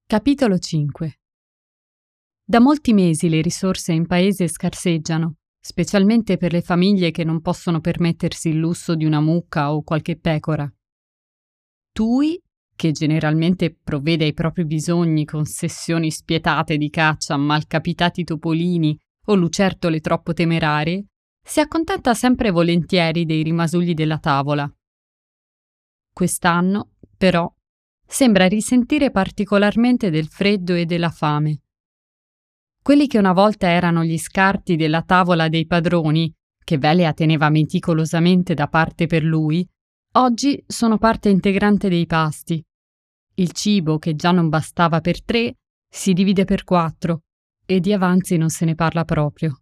Capitolo 5. Da molti mesi le risorse in paese scarseggiano, specialmente per le famiglie che non possono permettersi il lusso di una mucca o qualche pecora. Tui, che generalmente provvede ai propri bisogni con sessioni spietate di caccia a malcapitati topolini o lucertole troppo temerarie, si accontenta sempre volentieri dei rimasugli della tavola. Quest'anno, però, sembra risentire particolarmente del freddo e della fame. Quelli che una volta erano gli scarti della tavola dei padroni, che Velia teneva meticolosamente da parte per lui, oggi sono parte integrante dei pasti. Il cibo, che già non bastava per 3, si divide per 4 e di avanzi non se ne parla proprio.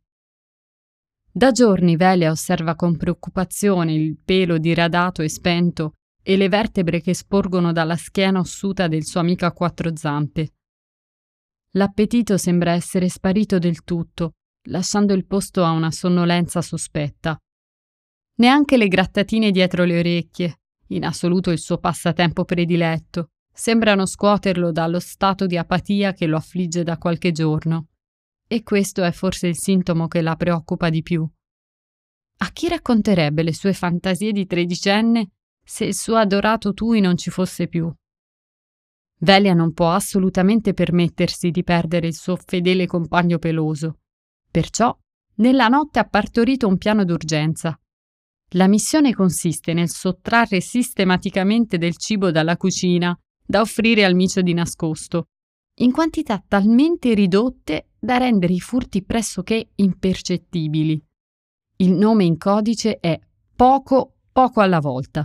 Da giorni Velia osserva con preoccupazione il pelo diradato e spento e le vertebre che sporgono dalla schiena ossuta del suo amico a 4 zampe. L'appetito sembra essere sparito del tutto, lasciando il posto a una sonnolenza sospetta. Neanche le grattatine dietro le orecchie, in assoluto il suo passatempo prediletto, sembrano scuoterlo dallo stato di apatia che lo affligge da qualche giorno. E questo è forse il sintomo che la preoccupa di più. A chi racconterebbe le sue fantasie di tredicenne se il suo adorato Tui non ci fosse più? Velia non può assolutamente permettersi di perdere il suo fedele compagno peloso. Perciò, nella notte ha partorito un piano d'urgenza. La missione consiste nel sottrarre sistematicamente del cibo dalla cucina da offrire al micio di nascosto, in quantità talmente ridotte da rendere i furti pressoché impercettibili. Il nome in codice è poco alla volta.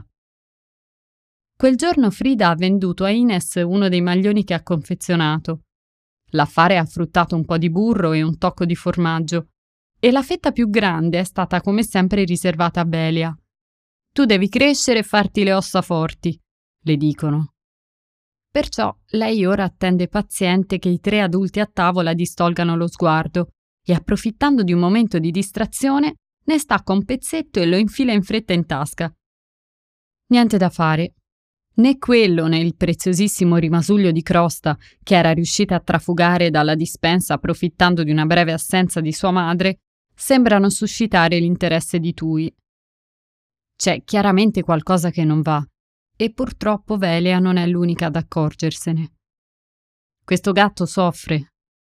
Quel giorno Frida ha venduto a Ines uno dei maglioni che ha confezionato. L'affare ha fruttato un po' di burro e un tocco di formaggio, e la fetta più grande è stata come sempre riservata a Velia. Tu devi crescere e farti le ossa forti, le dicono. Perciò lei ora attende paziente che i 3 adulti a tavola distolgano lo sguardo e, approfittando di un momento di distrazione, ne stacca un pezzetto e lo infila in fretta in tasca. Niente da fare. Né quello né il preziosissimo rimasuglio di crosta che era riuscita a trafugare dalla dispensa approfittando di una breve assenza di sua madre sembrano suscitare l'interesse di Tui. C'è chiaramente qualcosa che non va e purtroppo Velia non è l'unica ad accorgersene. Questo gatto soffre.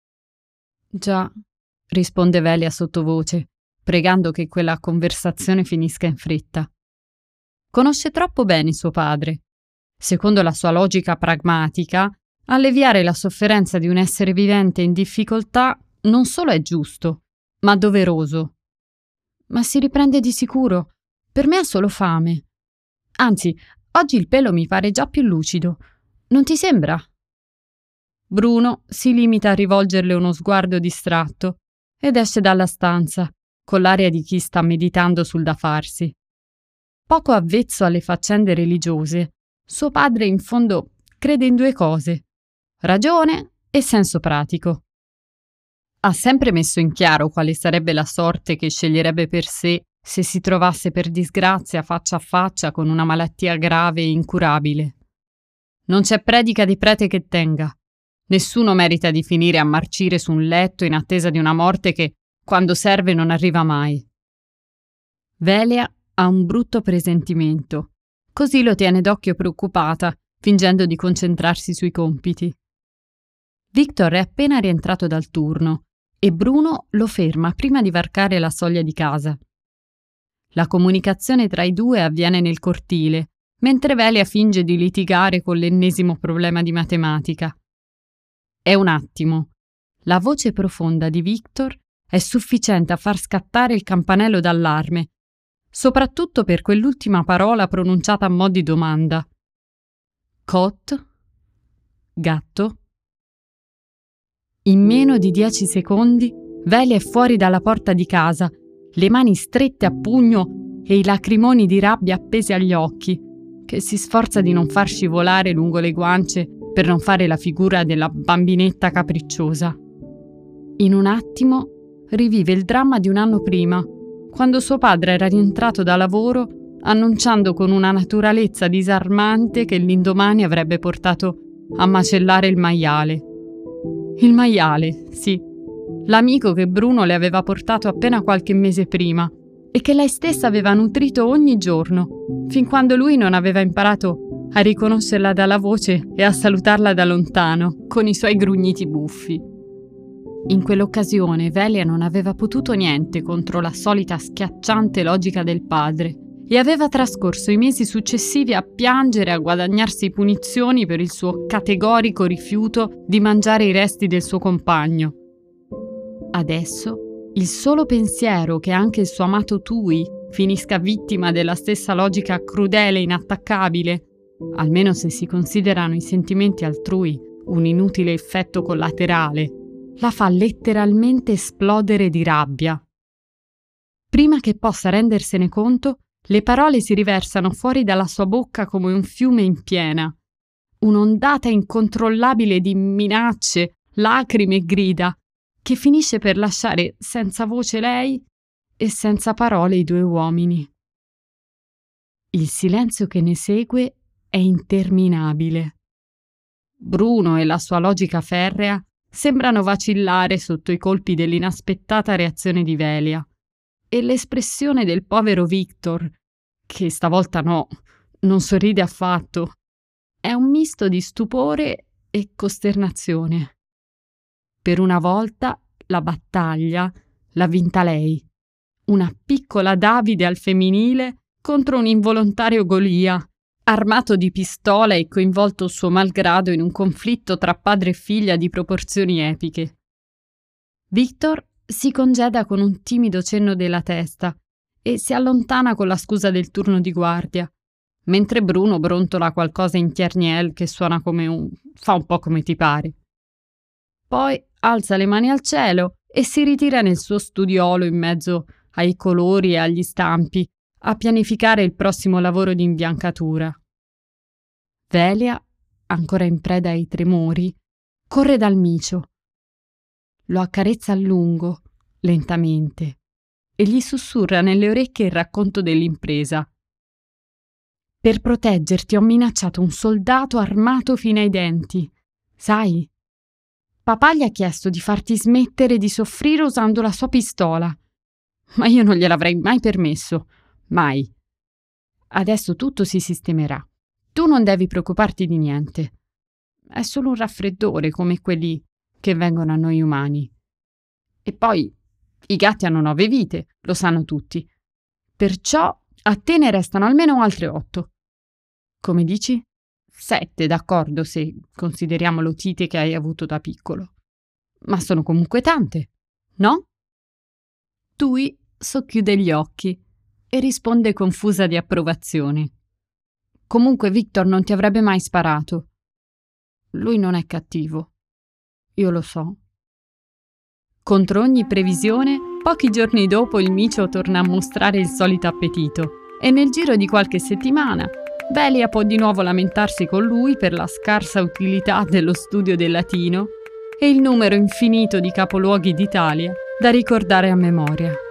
Già, risponde Velia sottovoce, pregando che quella conversazione finisca in fretta. Conosce troppo bene suo padre. Secondo la sua logica pragmatica, alleviare la sofferenza di un essere vivente in difficoltà non solo è giusto, ma doveroso. Ma si riprende di sicuro. Per me ha solo fame. Anzi, oggi il pelo mi pare già più lucido. Non ti sembra? Bruno si limita a rivolgerle uno sguardo distratto ed esce dalla stanza, con l'aria di chi sta meditando sul da farsi. Poco avvezzo alle faccende religiose, suo padre in fondo crede in 2 cose: ragione e senso pratico. Ha sempre messo in chiaro quale sarebbe la sorte che sceglierebbe per sé se si trovasse per disgrazia faccia a faccia con una malattia grave e incurabile. Non c'è predica di prete che tenga. Nessuno merita di finire a marcire su un letto in attesa di una morte che, quando serve, non arriva mai. Velia ha un brutto presentimento. Così lo tiene d'occhio preoccupata, fingendo di concentrarsi sui compiti. Victor è appena rientrato dal turno e Bruno lo ferma prima di varcare la soglia di casa. La comunicazione tra i 2 avviene nel cortile, mentre Velia finge di litigare con l'ennesimo problema di matematica. È un attimo. La voce profonda di Victor è sufficiente a far scattare il campanello d'allarme, soprattutto per quell'ultima parola pronunciata a mo' di domanda. Cot? Gatto? In meno di 10 secondi Velia è fuori dalla porta di casa, le mani strette a pugno e i lacrimoni di rabbia appesi agli occhi, che si sforza di non far scivolare lungo le guance per non fare la figura della bambinetta capricciosa. In un attimo rivive il dramma di un anno prima, quando suo padre era rientrato da lavoro annunciando con una naturalezza disarmante che l'indomani avrebbe portato a macellare il maiale. Il maiale, sì, l'amico che Bruno le aveva portato appena qualche mese prima e che lei stessa aveva nutrito ogni giorno, fin quando lui non aveva imparato a riconoscerla dalla voce e a salutarla da lontano, con i suoi grugniti buffi. In quell'occasione Velia non aveva potuto niente contro la solita schiacciante logica del padre e aveva trascorso i mesi successivi a piangere e a guadagnarsi punizioni per il suo categorico rifiuto di mangiare i resti del suo compagno. Adesso il solo pensiero che anche il suo amato Tui finisca vittima della stessa logica crudele e inattaccabile, almeno se si considerano i sentimenti altrui un inutile effetto collaterale, la fa letteralmente esplodere di rabbia. Prima che possa rendersene conto, le parole si riversano fuori dalla sua bocca come un fiume in piena, un'ondata incontrollabile di minacce, lacrime e grida, che finisce per lasciare senza voce lei e senza parole i due uomini. Il silenzio che ne segue è interminabile. Bruno e la sua logica ferrea sembrano vacillare sotto i colpi dell'inaspettata reazione di Velia, e l'espressione del povero Victor, che stavolta no, non sorride affatto, è un misto di stupore e costernazione. Per una volta la battaglia l'ha vinta lei, una piccola Davide al femminile contro un involontario Golia, armato di pistola e coinvolto suo malgrado in un conflitto tra padre e figlia di proporzioni epiche. Victor si congeda con un timido cenno della testa e si allontana con la scusa del turno di guardia, mentre Bruno brontola qualcosa in tiernel che suona come fa un po' come ti pare. Poi alza le mani al cielo e si ritira nel suo studiolo in mezzo ai colori e agli stampi a pianificare il prossimo lavoro di imbiancatura. Velia, ancora in preda ai tremori, corre dal micio. Lo accarezza a lungo, lentamente, e gli sussurra nelle orecchie il racconto dell'impresa. Per proteggerti ho minacciato un soldato armato fino ai denti. Sai? Papà gli ha chiesto di farti smettere di soffrire usando la sua pistola. Ma io non gliel'avrei mai permesso. Mai. Adesso tutto si sistemerà. Tu non devi preoccuparti di niente. È solo un raffreddore come quelli che vengono a noi umani. E poi i gatti hanno 9 vite, lo sanno tutti. Perciò a te ne restano almeno altre 8. Come dici? 7, d'accordo, se consideriamo l'otite che hai avuto da piccolo. Ma sono comunque tante, no? Tui socchiude gli occhi e risponde confusa di approvazione. Comunque Victor non ti avrebbe mai sparato. Lui non è cattivo. Io lo so. Contro ogni previsione, pochi giorni dopo il micio torna a mostrare il solito appetito e nel giro di qualche settimana Velia può di nuovo lamentarsi con lui per la scarsa utilità dello studio del latino e il numero infinito di capoluoghi d'Italia da ricordare a memoria.